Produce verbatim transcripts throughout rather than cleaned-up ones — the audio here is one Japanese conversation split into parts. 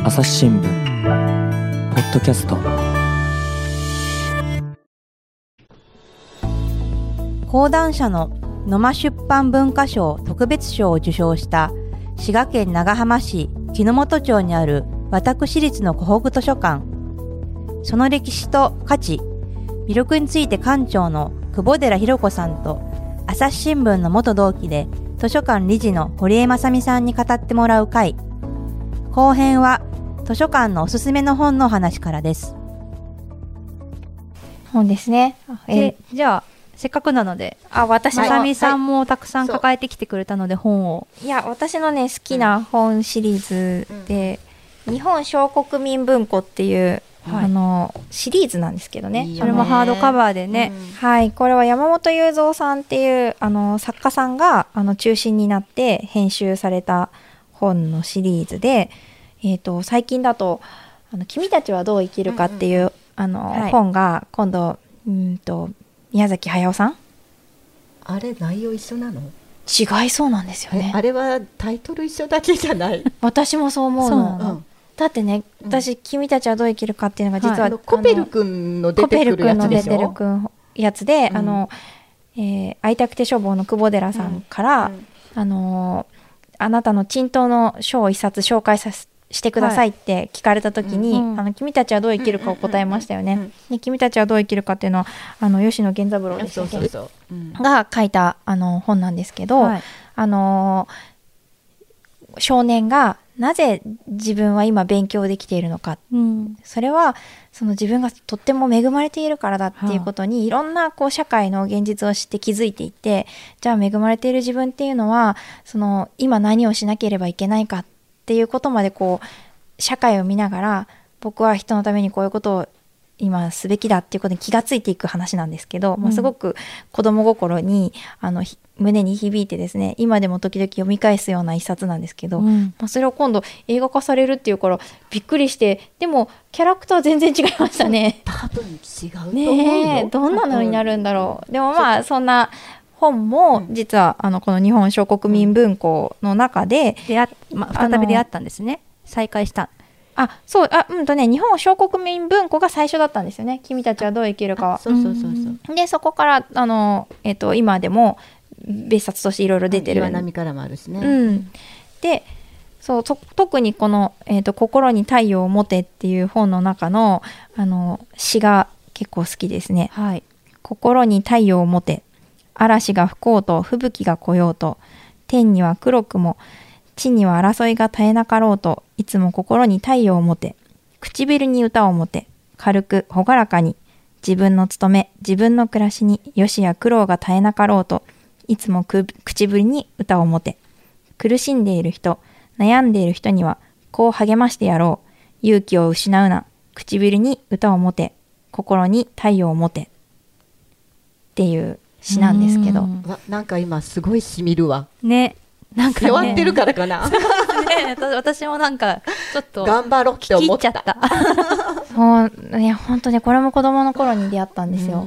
朝日新聞ポッドキャスト。 講談社の野間出版文化賞特別賞を受賞した滋賀県長浜市木之本町にある私立の湖北図書館。その歴史と価値、魅力について館長の久保寺弘子さんと朝日新聞の元同期で図書館理事の堀江正美さんに語ってもらう会。後編は図書館のおすすめの本の話からです。 本ですね。 えじゃあせっかくなので、 あ、私の、 まさみさんもたくさん抱えてきてくれたので、本を。 いや、私のね、好きな本シリーズで、うん、日本小国民文庫っていう、はい、あのシリーズなんですけどね。 いいそれもハードカバーでね、 うん、はい、これは山本雄三さんっていうあの作家さんがあの中心になって編集された本のシリーズで、えーと、最近だとあの君たちはどう生きるかっていう、うんうん、あの、はい、本が今度うんと宮崎駿さん。 あれ内容一緒なの？ 違いそうなんですよね。 あれはタイトル一緒だけじゃない？ 私もそう思うの。 そう、うん、 だってね、私、うん、君たちはどう生きるかっていうのが実は、はい、 コペル君の出てくるやつでしょ。コペル君の出てる君やつで、うん、あの、えー、会いたくて書房の久保寺さんから、うんうん、あのあなたの珍島の書を一冊紹介させしてくださいって聞かれた時に、はい、うん、あの君たちはどう生きるかを答えましたよね、うんうんうんうん、君たちはどう生きるかっていうのはあの吉野源三郎でしたっけ、そうそうそう、うん、が書いたあの本なんですけど、はい、あの少年がなぜ自分は今勉強できているのか、うん、それはその自分がとっても恵まれているからだっていうことに、はあ、いろんなこう社会の現実を知って気づいていて、じゃあ恵まれている自分っていうのはその今何をしなければいけないかっていうことまでこう社会を見ながら、僕は人のためにこういうことを今すべきだっていうことに気がついていく話なんですけど、うん、まあ、すごく子供心にあの胸に響いてですね、今でも時々読み返すような一冊なんですけど、うん、まあ、それを今度映画化されるっていうからびっくりして、でもキャラクター全然違いましたね。 多分違うと思うよ。 ねえ、どんなのになるんだろう。でもまあそんな本も実はあのこの日本小国民文庫の中で出会っ、まあ、再び出会ったんですね。再会した。 あ、そう、あ、うんとね、日本小国民文庫が最初だったんですよね。君たちはどう生きるかは。 そうそうそうそう。 でそこからあの、えーと、今でも別冊としていろいろ出てる。 岩波からもあるしね。 うん、でそうと特にこの、えーと「心に太陽を持て」っていう本の中のあの詩が結構好きですね。 はい、 心に太陽を持て、嵐が吹こうと吹雪が来ようと、天には黒くも地には争いが絶えなかろうと、いつも心に太陽を持て、唇に歌を持て、軽く朗らかに、自分の務め自分の暮らしによしや苦労が絶えなかろうと、いつもく唇に歌を持て、苦しんでいる人悩んでいる人にはこう励ましてやろう、勇気を失うな、唇に歌を持て、心に太陽を持てっていう詩なんですけど、 んなんか今すごいしみるわね。なんかね、 弱ってるからかな。 ね、私もなんかちょっと頑張ろうって思った。 聞いちゃった。 そうね、本当にこれも子供の頃に出会ったんですよ。うん、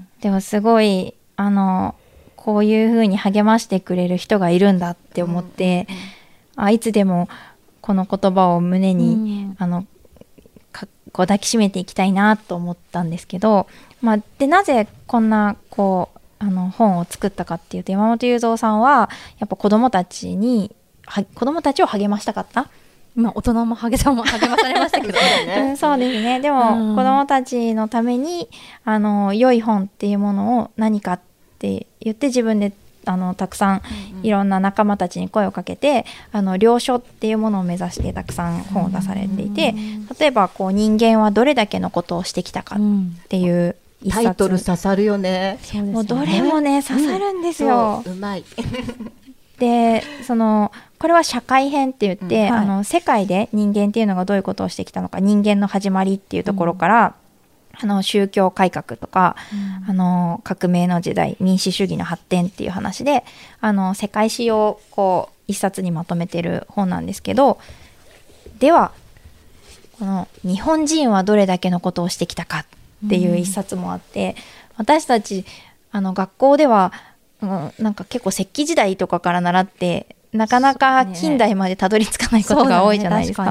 でもすごいあのこういう風に励ましてくれる人がいるんだって思って、うんうん、あいつでもこの言葉を胸に、うん、あのかこう抱きしめていきたいなと思ったんですけど、まあ、でなぜこんなこうあの本を作ったかっていうと、山本雄三さんはやっぱ子どもたちには子どもたちを励ましたかった。 まあ、大人も励まされましたけどね、うん、そうですね。でも、うん、子どもたちのためにあの良い本っていうものを何かって言って自分であのたくさんいろんな仲間たちに声をかけて、うん、あの良書っていうものを目指してたくさん本を出されていて、うん、例えばこう人間はどれだけのことをしてきたかっていう、うんタイトル刺さるよね。 もうどれもね刺さるんですよ。 うん、うまい。 でそのこれは社会編って言って、うんはい、あの世界で人間っていうのがどういうことをしてきたのか、人間の始まりっていうところから、うん、あの宗教改革とか、うん、あの革命の時代、民主主義の発展っていう話で、あの世界史をこう一冊にまとめてる本なんですけど、ではこの日本人はどれだけのことをしてきたかっていう一冊もあって、うん、私たちあの学校では、うん、なんか結構石器時代とかから習ってなかなか近代までたどり着かないことが多いじゃないですか。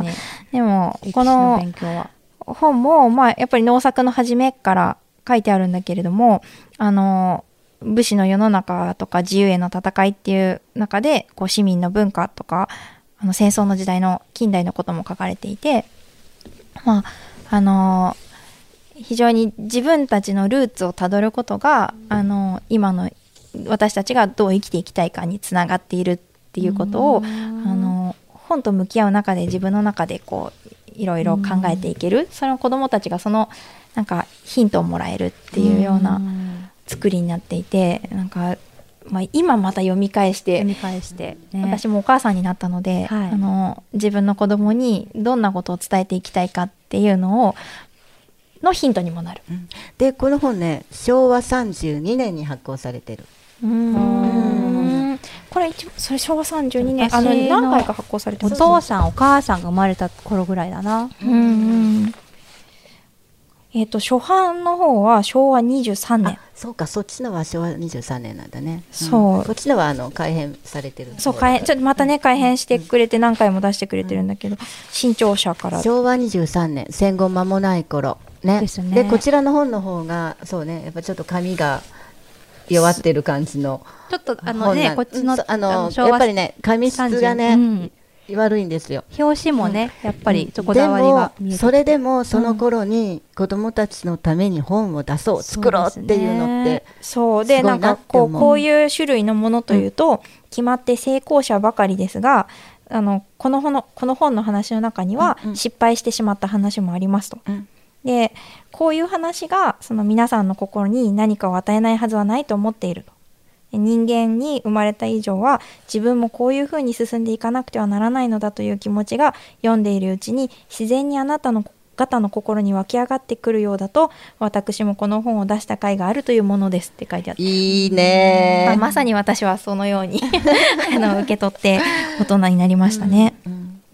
でも歴史このの勉強は。 本も、まあ、やっぱり農作の初めから書いてあるんだけれども、あの武士の世の中とか自由への戦いっていう中でこう市民の文化とかあの戦争の時代の近代のことも書かれていて、まああの非常に自分たちのルーツをたどることがあの今の私たちがどう生きていきたいかにつながっているっていうことをあの本と向き合う中で自分の中でこういろいろ考えていける、それを子どもたちがそのなんかヒントをもらえるっていうような作りになっていて、なんか、まあ、今また読み返して読み返して、ね、 私もお母さんになったので、 はい、 あの自分の子供にどんなことを伝えていきたいかっていうのをのヒントにもなる、 うん、でこの本ねしょうわさんじゅうにねんに発行されてる。 うーんこれ一それしょうわさんじゅうにねんあの私の何回か発行されておる。 父さんお母さんが生まれた頃ぐらいだな。 うんうんえっ、ー、と初版の方はしょうわにじゅうさんねん。 そうか、そっちのはしょうわにじゅうさんねんなんだね。 そう、 うん、こっちのはあの改編されてる。 そう改編ちょっとまたね改編してくれて何回も出してくれてるんだけど、うん、新潮社からしょうわにじゅうさんねん戦後間もない頃ね。 ですね。 でこちらの本の方がそうねやっぱちょっと紙が弱ってる感じのちょっとあのねこっちのあのやっぱりね紙質がね、うん、悪いんですよ。 表紙もね、うん、やっぱりこだわりが見えてきて、 でもそれでもその頃に子どもたちのために本を出そう、うん、作ろうっていうのってそうでなんかこうこういう種類のものというと、うん、決まって成功者ばかりですがあのこの本のこの本の話の中には失敗してしまった話もありますと、うん、でこういう話がその皆さんの心に何かを与えないはずはないと思っていると。人間に生まれた以上は自分もこういうふうに進んでいかなくてはならないのだという気持ちが読んでいるうちに自然にあなたの方の心に湧き上がってくるようだと私もこの本を出した甲斐があるというものですって書いてあって、 いいね、 まあ、まさに私はそのようにあの受け取って大人になりましたね。 うんうん、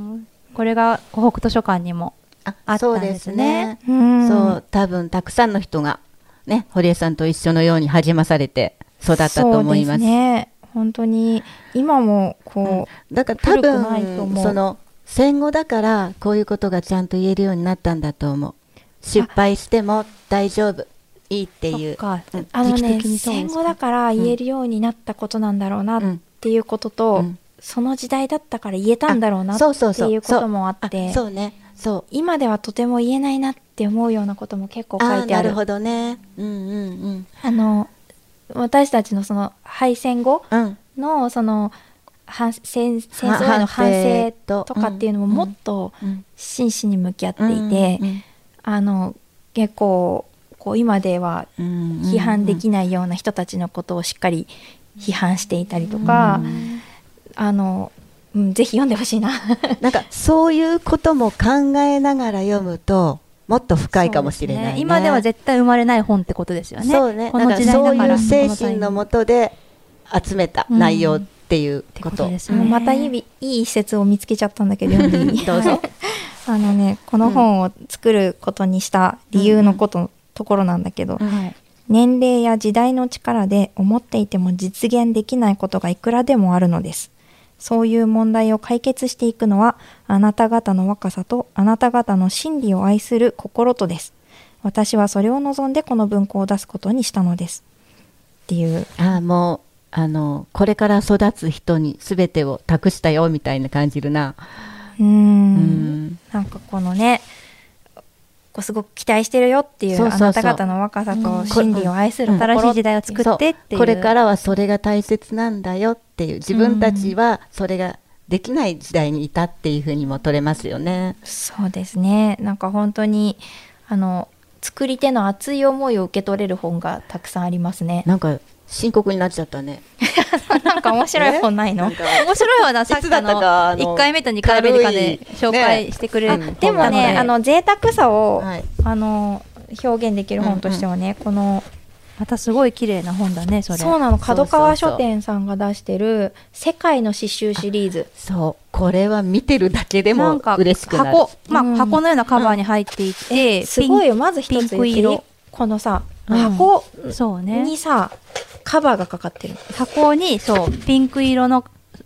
うーんこれが湖北図書館にもあったんですね。 そうですね。うんそう多分たくさんの人がね堀江さんと一緒のように励まされて育ったと思います。 そうですね。本当に今もこう、 うん、だから多分その戦後だからこういうことがちゃんと言えるようになったんだと思う。失敗しても大丈夫いいっていう、 うん、あのね戦後だから言えるようになったことなんだろうなっていうことと、うん、その時代だったから言えたんだろうなっていうこともあって、 そうねそう今ではとても言えないなって思うようなことも結構書いてある。 あなるほどね。うんうんうん。 あの私たちのその敗戦後のその反戦戦争への反省とかっていうのももっと真摯に向き合っていて、あの結構こう今では批判できないような人たちのことをしっかり批判していたりとか、あの、うん、ぜひ読んでほしいな。 なんかそういうことも考えながら読むともっと深いかもしれないね。 ね今では絶対生まれない本ってことですよね。 そうね。この時代だからそういう精神のもとで集めた内容っていうこと。うん、 ですね、またいい、いい一節を見つけちゃったんだけど読んでいい？ どうぞ。 あのねこの本を作ることにした理由のこと、うん、ところなんだけど、うん、年齢や時代の力で思っていても実現できないことがいくらでもあるのです。そういう問題を解決していくのはあなた方の若さとあなた方の真理を愛する心とです。私はそれを望んでこの文庫を出すことにしたのですっていう。 ああもうあのこれから育つ人に全てを託したよみたいな感じるな。 うーんうんなんかこのねこうすごく期待してるよっていう、そうそうそう、あなた方の若さと真理を愛する新しい時代を作ってっていう、 これからはそれが大切なんだよっていう、自分たちはそれができない時代にいたっていうふうにも取れますよね。 そうですね。なんか本当にあの作り手の熱い思いを受け取れる本がたくさんありますね。 なんか深刻になっちゃったね。 なんか面白い本ないの？面白い本はさっきのいっかいめとにかいめかで紹介してくれる、 ね、でもねあの贅沢さを、はい、あの表現できる本としてはね、うんうん、このまたすごい綺麗な本だねそれ。 そうなの。角川書店さんが出してる世界の詩集シリーズ。 そうこれは見てるだけでも嬉しくなる。 箱、まあうん、箱のようなカバーに入っていて、うん、 すごいよ。まず一つ言っていい？このさ、うん、箱にさカバーがかかってる。 箱にそうピンク色の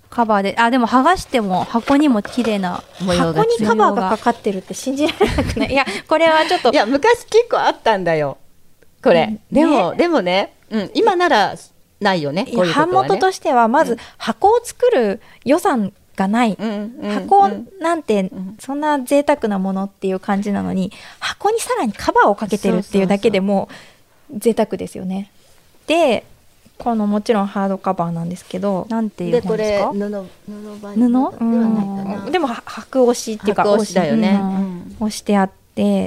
カバーで、あでも剥がしても箱にも綺麗な模様が箱にカバーがかかってるって信じられなくない？いやこれはちょっといや昔結構あったんだよこれ、うん、でも、ね、でもね、うん、今ならないよねこういうことはね。 版元としてはまず箱を作る予算がない、うんうん、箱なんてそんな贅沢なものっていう感じなのに、箱にさらにカバーをかけてるっていうだけでも贅沢ですよね。でこのもちろんハードカバーなんですけど、 なんていう本ですか？ 布布布ではないかな。 でも白押しっていうか白押しだよね、 うん、押してあって、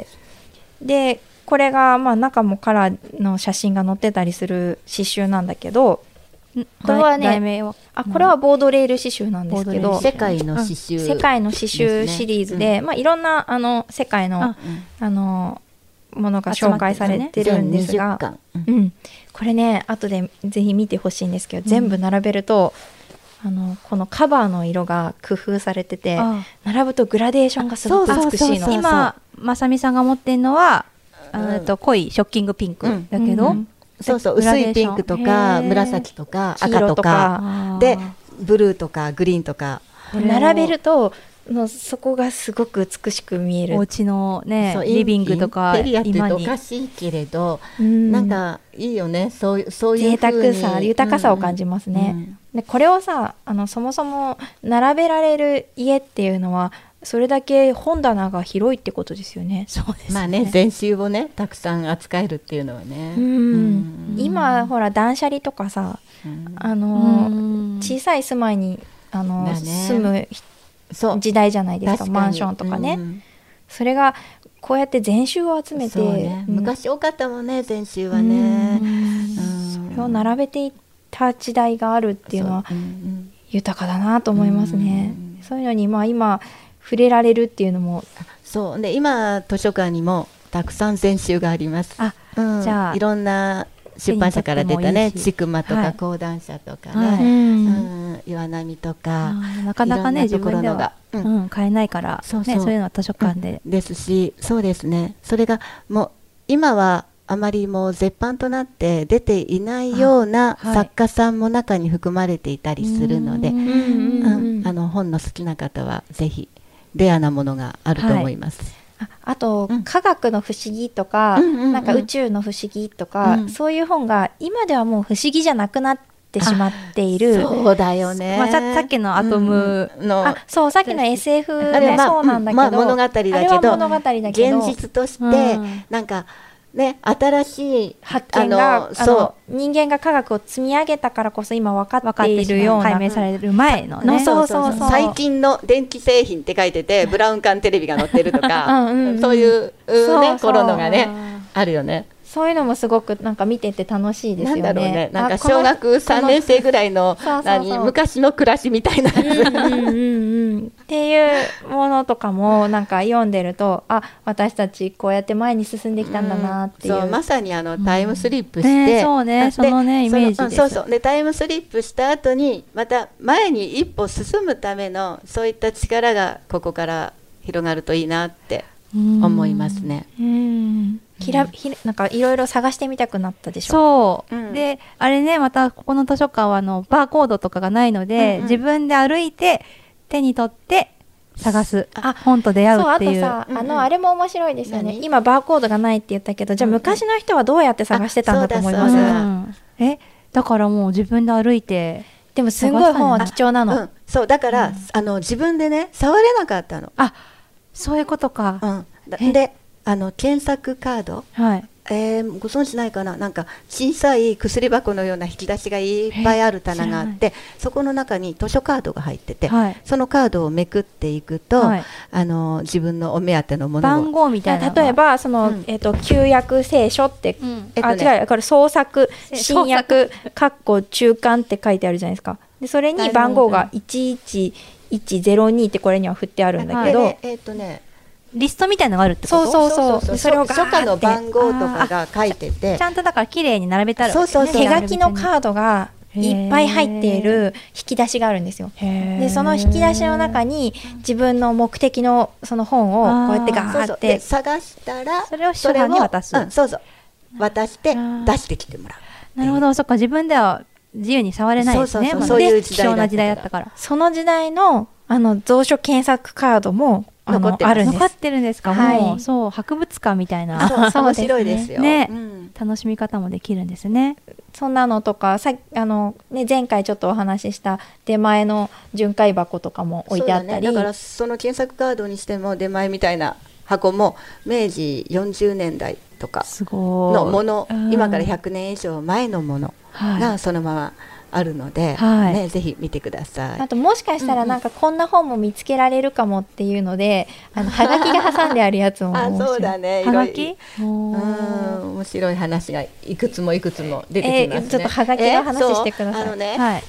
でこれがまあ中もカラーの写真が載ってたりする刺繍なんだけど、これはね、はあこれはボードレール刺繍なんですけど、 世界の刺繍、 うん、世界の刺繍シリーズで、うん、まあいろんなあの世界のあ、うん、あのものが紹介されてるんですが、うんうん、これね後でぜひ見てほしいんですけど、うん、全部並べるとあのこのカバーの色が工夫されてて、並ぶとグラデーションがすごく美しいの。 今まさみさんが持ってるのは、うん、と濃いショッキングピンクだけど、うんうん、 そうそう薄いピンクとか紫とか赤とかでブルーとかグリーンとか並べるとのそこがすごく美しく見える。 お家のねリビングとかインテリアって言うとおかしいけれど、うん、なんかいいよね、そういうそういう風に贅沢さ豊かさを感じますね、うんうん、でこれをさあのそもそも並べられる家っていうのはそれだけ本棚が広いってことですよね。 そうですね。 まあね全集をねたくさん扱えるっていうのはね、うんうん、今ほら断捨離とかさ、うん、あの小さい住まいにあの、ね、住む時代じゃないですか、マンションとかね、うん、それがこうやって全集を集めて、 ねうん、昔多かったもんね全集はね、うんうん、それを並べていった時代があるっていうのは豊かだなと思いますね、うんうん、そういうのにまあ今触れられるっていうのもそうで今図書館にもたくさん全集があります。 あ、うん、じゃあいろんな出版社から出たねちくまとか講談社とかね、はいうん、岩波とかなかなかね自分では、うんうん、買えないからそうそう、ね、そういうのは図書館で、 うん、ですしそうですねそれがもう今はあまりもう絶版となって出ていないような作家さんも中に含まれていたりするので、はいうん、あの本の好きな方はぜひレアなものがあると思います、 はい、あ, あと、うん、科学の不思議とか、うんうんうん、なんか宇宙の不思議とか、うん、そういう本が今ではもう不思議じゃなくなってしまっている。 そうだよね、 まあ、さ, さっきのアトムの、 あそうさっきの エスエフ もそうなんだけど、まあまあ、物語だけどあれは物語だけど現実として、うん、なんかね、新しい発見があのそう人間が科学を積み上げたからこそ今分かっているような解明される前のね、 そうそうそう最近の電気製品って書いててブラウン管テレビが載ってるとかうん、うん、そういう、ね、そうそう頃のがねあるよね。 そういうのもすごくなんか見てて楽しいですよね。 なんだろうね、なんか小学さんねん生ぐらいの何昔の暮らしみたいなやつ、うんうんうんうん、っていうものとかもなんか読んでるとあ私たちこうやって前に進んできたんだなっていう、 うん、そうまさにあのタイムスリップして、 うんね、そうねそのねイメージです。 そうそうでタイムスリップした後にまた前に一歩進むためのそういった力がここから広がるといいなって思いますね。 うんうんひらひらなんかいろいろ探してみたくなったでしょ。 そう、うん、であれねまたここの図書館はあのバーコードとかがないので、うんうん、自分で歩いて手に取って探すあ本と出会うっていう。 そうあとさ、うんうん、あのあれも面白いですよね。今バーコードがないって言ったけどじゃあ昔の人はどうやって探してたんだと思います？うん、 えだからもう自分で歩いてでもすごい本は貴重なの、 うん、そうだから、うん、あの自分でね触れなかったの。 あそういうことか、 うん、であの検索カード、 はいえー、ご存知ないかな、なんか小さい薬箱のような引き出しがいっぱいある棚があってそこの中に図書カードが入ってて、はい、そのカードをめくっていくと、はい、あの自分のお目当てのものを番号みたいな例えばその、うんえー、と旧約聖書って、うんえっとね、あ違うこれ創作新約かっこ中間って書いてあるじゃないですか。でそれに番号がいちいちいちゼロにってこれには振ってあるんだけど、 はい、えっ、ー、とねリストみたいなのがあるってこと？ そうそうそう。 それを初夏の番号とかが書いてて、 ちゃんとだから綺麗に並べたら、 そうそうそう手書きのカードがいっぱい入っている引き出しがあるんですよ。でその引き出しの中に自分の目的のその本をこうやってガーって探したらそれを書販に渡す。 うん、そうそう渡して出してきてもらう。 なるほど、そっか自分では自由に触れないですね。 そうそうそうまあそういう時代だったから希少な時代だったから。 その時代のあの蔵書検索カードもあの残ってますあるんです。 残ってるんですか。 はいもうそう博物館みたいなそうそうですね面白いですよ。 ねうん楽しみ方もできるんですね。 そんなのとかさあの、ね、前回ちょっとお話しした出前の巡回箱とかも置いてあったり、 そうだね、だからその検索カードにしても出前みたいな箱も明治よんじゅうねんだいとかすごいのもの、 うん今からひゃくねん以上前のものはいがそのままあるので、 はいね、ぜひ見てください。 あともしかしたらなんかこんな本も見つけられるかもっていうので、あのはがきが挟んであるやつもあ、 面白い。 そうだね。 はがきいろいろうん面白い話がいくつもいくつも出てきますね。 えーちょっとはがきの話えそうしてくださいあのね、 はい。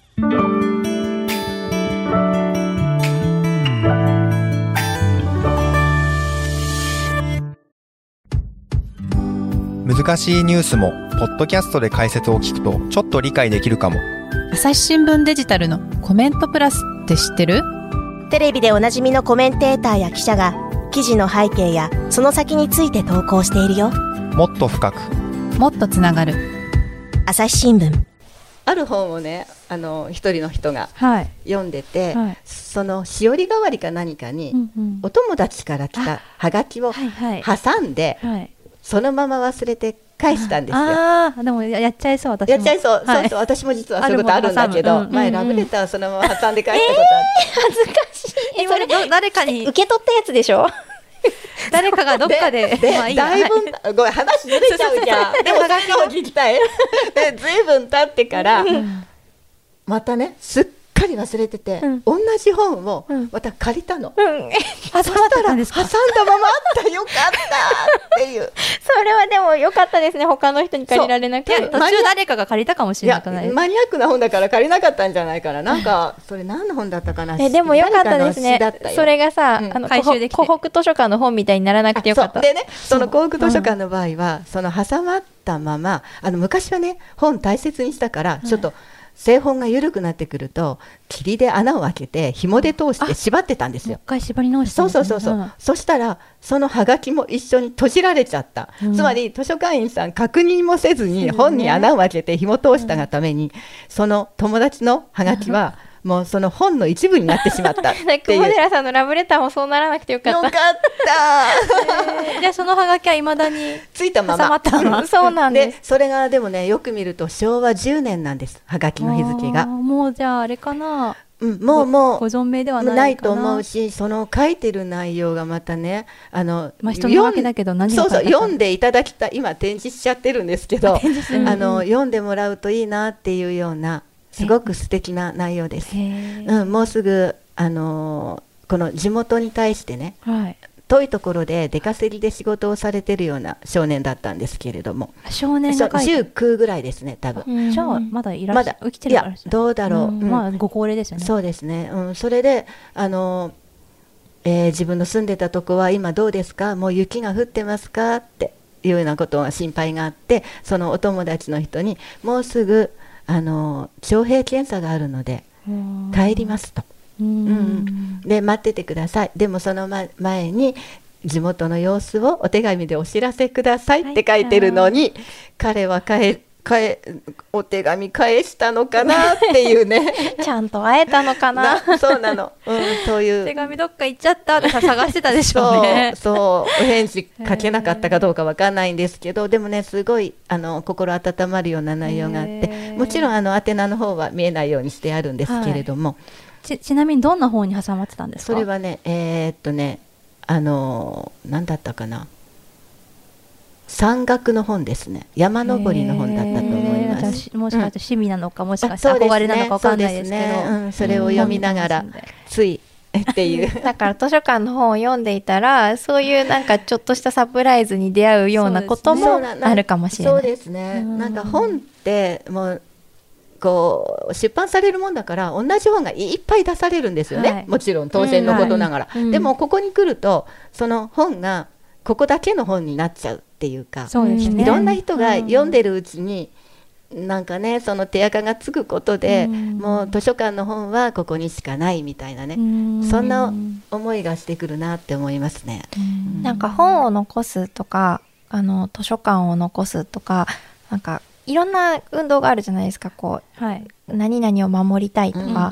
難しいニュースもポッドキャストで解説を聞くとちょっと理解できるかも。 朝日新聞デジタルのコメントプラスって知ってる？ テレビでおなじみのコメンテーターや記者が記事の背景やその先について投稿しているよ。 もっと深く、 もっとつながる。 朝日新聞。 ある本をね、あの一人の人がはい。 読んでて、 はいそのしおり代わりか何かに、 うんうんお友達から来たはがきをはいはい。 挟んで、 はい。 そのまま忘れて返したんですよ。 ああ、でもややっちゃいそう私も。 やっちゃいそう、 はいそうそう、私も実はそういうことあるんだけど、 あるもの挟むうん前ラブレターをそのまま挟んで返したことあって、 恥ずかしい。えそれど誰かに受け取ったやつでしょ？ 誰かがどっかででまあいいやだいぶ、ごめん、話ずれちゃうじゃん。でも、はがきを聞きたい。で、ずいぶん経ってから、またね、すっかり忘れてて、 うん同じ本をうんまた借りたの。 うん。 あ、そうだったんですか。 挟んだままあった、よかったっていう。 それはでも良かったですね。他の人に借りられなくて。 いや途中誰かが借りたかもしいやれなくないです。 マニアックな本だから借りなかったんじゃないかな。なんか、それ何の本だったかな。 えでも良かったですね誰かの詩だった。よそれがさ、 うんあの回収できて湖北図書館の本みたいにならなくてよかった。 あそうでね、その幸福図書館の場合は、その挟まったまま、あの昔はね、本大切にしたから、ちょっと製本が緩くなってくると、霧で穴を開けて、紐で通して縛ってたんですよ。 もう一回縛り直してそうそうそうそう、 んそしたらそのハガキも一緒に閉じられちゃった、 うんつまり図書館員さん確認もせずに本に穴を開けて紐通したがために、その友達のハガキはもうその本の一部になってしまったって久いう保寺さんのラブレターもそうならなくてよかった。 よかったじゃあそのハガキはいまだについたま挟ままったままそうなんで。 ですそれがでもねよく見るとしょうわじゅうねんなんですハガキの日付あーが、 もうじゃああれかな、 うん、もうもうご存命ではなないいかなと思うし、その書いてる内容がまたね、あの、 まあ人のわけだけど何が書いてあったのそうそう、読んでいただきたい、今展示しちゃってるんですけど、あの、読んでもらうといいなっていうような、すごく素敵な内容です。 へーうん、もうすぐ、あのーこの地元に対してね、 はい、 遠いところで出稼ぎで仕事をされてるような少年だったんですけれども、 少年そうが書いてじゅうきゅうぐらいですね、多分。 うんじゃあまだいらっしゃまだ生きていやるからですねどうだろう、 んうんまあご高齢ですよね。 そうですね、うん、それで、あのえー自分の住んでたとこは今どうですか、もう雪が降ってますかっていうようなことが心配があって、そのお友達の人にもうすぐ、あの徴兵検査があるのでうん帰りますと、 ううんん、で待っててください、でもその前前に地元の様子をお手紙でお知らせくださいって書いてるのに、彼は帰帰お手紙返したのかなっていうねちゃんと会えたのかな。 なそうなの、うん、そういう手紙どっか行っちゃったってさ探してたでしょうね。 そうそうお返事書けなかったかどうかわかんないんですけど、でもねすごいあの心温まるような内容があって、 へーもちろんあの宛名の方は見えないようにしてあるんですけれども、 ちちなみにどんな方に挟まってたんですか。 それはねえーっとねあの何だったかな、山岳の本ですね、山登りの本だったと思いまへーじゃあす。 しもしかして趣味なのか、もしかしてあそうですね憧れなのかわかんないですけど、 そうですねうんそれを読みながらうん本ついっていうだから図書館の本を読んでいたら、そういうなんかちょっとしたサプライズに出会うようなこともそうななあるかもしれない。 そうですね、 うんなんか本ってもうこう出版されるもんだから同じ本がいっぱい出されるんですよね、 はいもちろん当然のことながら、 うんはいうんでもここに来るとその本がここだけの本になっちゃうっていうか、 そうですね。 いろんな人が読んで、 でるうちに、なんかねその手垢がつくことで、 うんもう図書館の本はここにしかないみたいなね、 うんそんな思いがしてくるなって思いますね。 うんなんか本を残すとか、あの図書館を残すとか、なんかいろんな運動があるじゃないですか。こう、はい、何々を守りたいとか、うんうんうん、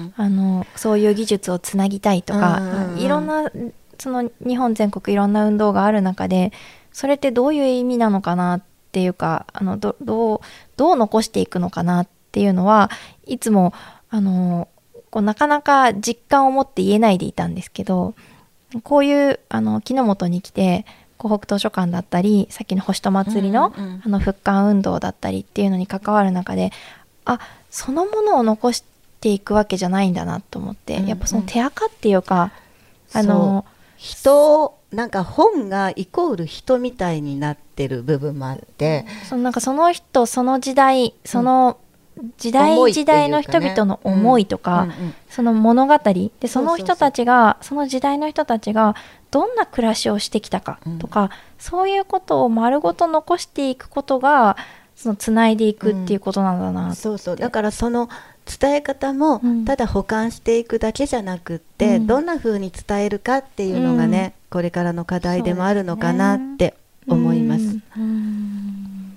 あのそういう技術をつなぎたいとか、うんうんうん、いろんなその日本全国いろんな運動がある中で、それってどういう意味なのかなっていうか、あの ど, ど, うどう残していくのかなっていうのはいつもあのこうなかなか実感を持って言えないでいたんですけど、こういうあの木の本に来て湖北図書館だったり、さっきの星と祭り の,、うんうん、あの復刊運動だったりっていうのに関わる中で、あ、そのものを残していくわけじゃないんだなと思って、うんうん、やっぱその手垢っていうか、あの人なんか本がイコール人みたいになってる部分もあって、 そのなんかその人その時代その時代、うん、時代の人々の思いとか、うんうんうん、その物語でその人たちが そ, そ, その時代の人たちがどんな暮らしをしてきたかとか、うん、そういうことを丸ごと残していくことがそのつないでいくっていうことなんだな、うん、 そうそう、だからその伝え方もただ保管していくだけじゃなくって、うん、どんな風に伝えるかっていうのがね、うん、これからの課題でもあるのかなって思います。 うんうん、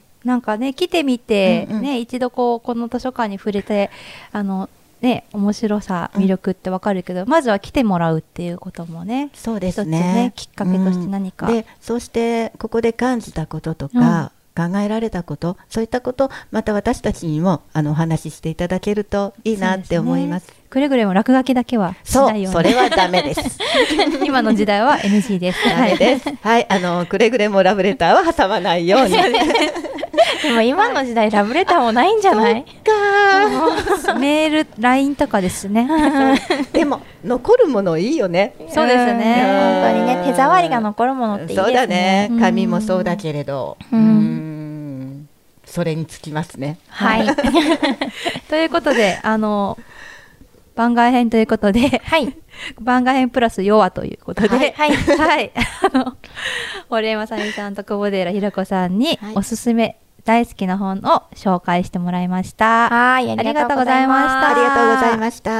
なんかね来てみて、うんうん、ね一度こうこの図書館に触れてあのね面白さ魅力ってわかるけど、うん、まずは来てもらうっていうこともね、 そうですね、 一つねきっかけとして何か、 うん、でそしてここで感じたこととか、うん、考えられたこと、そういったことまた私たちにもあのお話ししていただけるといいなって思います。 くれぐれも落書きだけはしないように。 そう、それはダメです今の時代は エヌジー です。 ダメです。はい、あのくれぐれもラブレターは挟まないようにでも今の時代ラブレターもないんじゃない？ かメール ライン とかですねでも残るものいいよね。 そうですね、 本当にね、手触りが残るものっていいですね。 そうだね、紙もそうだけれど、うん、うーん、それにつきますね。 はいということであの番外編ということで、はい、番外編プラス弱ということで、はい、はいはい、あの堀江正美さんと久保寺ひろ子さんにおすすめ、はい、大好きな本を紹介してもらいました。 はい、ありがとうございました。 ありがとうございました。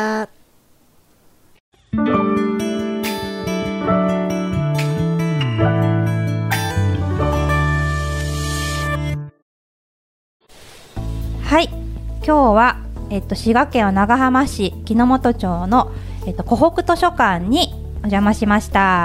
はい、今日はえっと、滋賀県は長浜市木之本町の、えっと、湖北図書館にお邪魔しました。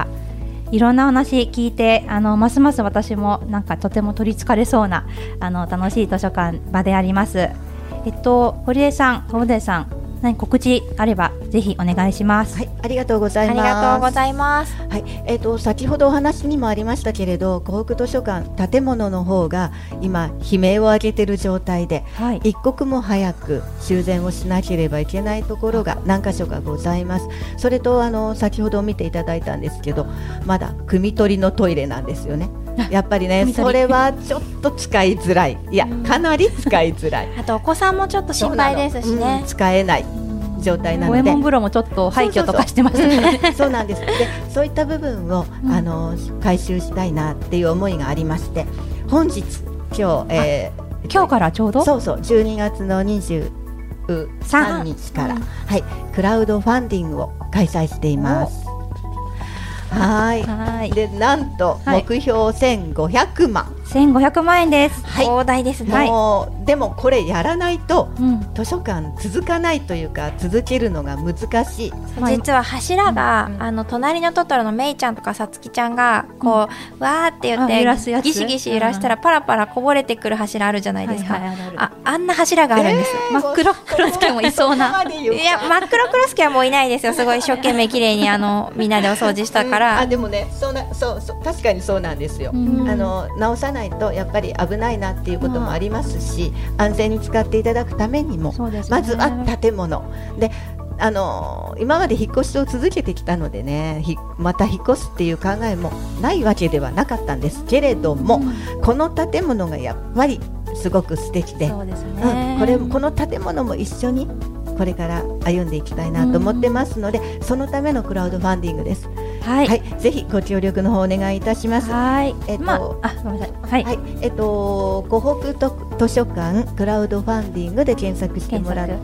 いろんな話聞いてあのますます私もなんかとても取りつかれそうなあの楽しい図書館場であります。えっと堀江さん、久保寺さん、何告知あればぜひお願いします。 はい、ありがとうございます。 ありがとうございます。 はい、えーと、先ほどお話にもありましたけれど、湖北図書館建物の方が今悲鳴を上げている状態で、はい、一刻も早く修繕をしなければいけないところが何か所かございます。それとあの先ほど見ていただいたんですけど、まだ汲み取りのトイレなんですよね。やっぱりねそれはちょっと使いづらい、いやかなり使いづらいあとお子さんもちょっと心配ですしね、 うん、使えない状態なので、 五右衛門風呂もちょっと廃墟とかしてますね。 そうなんです。でそういった部分を、うん、あの回収したいなっていう思いがありまして、本日今日、えー、今日からちょうどそうそうじゅうにがつのにじゅうさんにちから、うん、はい、クラウドファンディングを開催しています。はいはい、でなんと目標せんごひゃくまん、 せんごひゃくまんえんです。 はい、広大ですね。 もうでもこれやらないと、うん、図書館続かないというか続けるのが難しい。 実は柱が、うん、あの隣のトトロのメイちゃんとかさつきちゃんがこう、うん、わーって言ってギシギシ揺らしたらパラパラこぼれてくる柱あるじゃないですか。はいはい、あ, あんな柱があるんです。 えー、真っ黒クロスケもいそうな。 いや真っ黒クロスケはもういないですよ。すごい一生懸命綺麗にあのみんなでお掃除したから。 あでもねそうなそうそう確かにそうなんですよ。あの直さないとやっぱり危ないなっていうこともありますし、うん、安全に使っていただくためにも、ね、まずは建物で、あの今まで引っ越しを続けてきたのでね、また引っ越すっていう考えもないわけではなかったんですけれども、うん、この建物がやっぱりすごく素敵で、 そうですね、 うん、これこの建物も一緒にこれから歩んでいきたいなと思ってますので、うん、そのためのクラウドファンディングです。はい、はい、ぜひご協力の方お願いいたします。 はい、 えっと、 まあ、あ、ごめんなさい。はい、 はい、えっと湖北図書館クラウドファンディングで検索してもらったら、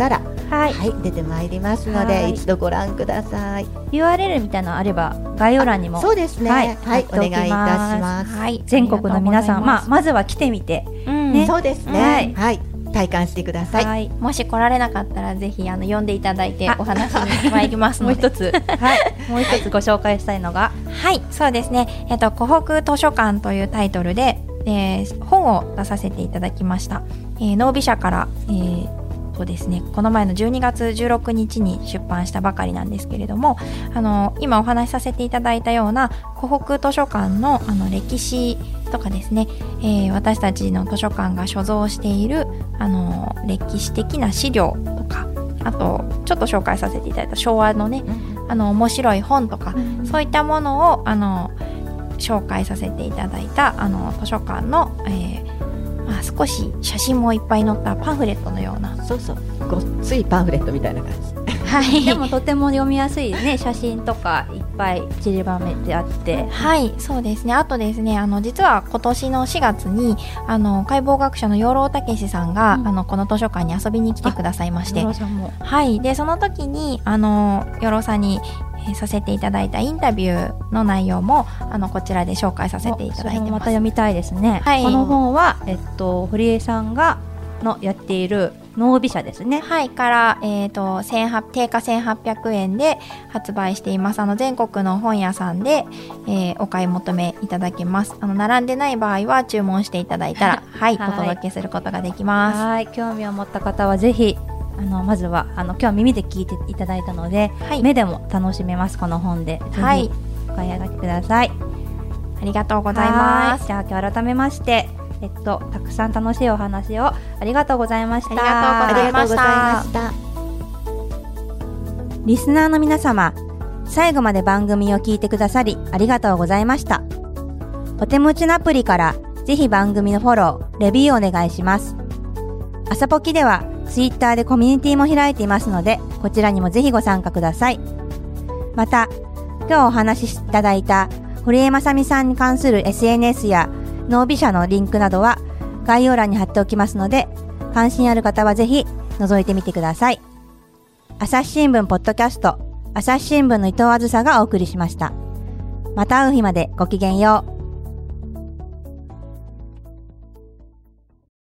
はい、 はい、出てまいりますので、一度ご覧ください。 ユーアールエル みたいなのあれば概要欄にもそうですね、はい、はい、お願いいたします。 はい、全国の皆さん、まあ、まずは来てみて、 うんね、そうですね、はい、はい、体感してください。はい、 もし来られなかったらぜひあの呼んでいただいてお話に参りますのでもう一つ、はい、もう一つご紹介したいのがはいそうですね、えっと、湖北図書館というタイトルで、えー、本を出させていただきました、えー、ノービ社から、えーそうですね、この前のじゅうにがつじゅうろくにちに出版したばかりなんですけれども、あの今お話しさせていただいたような湖北図書館の、あの歴史とかですね、えー、私たちの図書館が所蔵しているあの歴史的な資料とか、あとちょっと紹介させていただいた昭和のね、あの面白い本とか、うん、そういったものをあの紹介させていただいたあの図書館の、えーまあ、少し写真もいっぱい載ったパンフレットのような、 そうそう、ごっついパンフレットみたいな感じはい、でもとても読みやすいね、写真とかいっぱい散りばめてあって、 はいそうですね。あとですね、あの実は今年のしがつにあの解剖学者の養老孟司さんが、うん、あのこの図書館に遊びに来てくださいまして、はい、でその時にあの養老さんにえー、させていただいたインタビューの内容もあのこちらで紹介させていただいてます。それもまた読みたいですね、はい、この本は、えっと、堀江さんがのやっているノービ社ですね、 はいから、えー、と定価せんはっぴゃくえんで発売しています。あの全国の本屋さんで、えー、お買い求めいただけます。あの並んでない場合は注文していただいたらはい、はい、お届けすることができます。 はい、興味を持った方はぜひあのまずはあの今日は耳で聞いていただいたので、はい、目でも楽しめます。この本でぜひお買い上がりください。 ありがとうございます。 じゃあ今日改めましてえっとたくさん楽しいお話をありがとうございました。 ありがとうございました。 リスナーの皆様、最後まで番組を聞いてくださりありがとうございました。お手持ちのアプリからぜひ番組のフォロー、レビューをお願いします。朝ポキではツイッターでコミュニティも開いていますので、こちらにもぜひご参加ください。また、今日お話しいただいた堀江正美さんに関する エスエヌエス やノービ社のリンクなどは概要欄に貼っておきますので、関心ある方はぜひ覗いてみてください。朝日新聞ポッドキャスト、朝日新聞の伊藤あずさがお送りしました。また会う日までごきげんよう。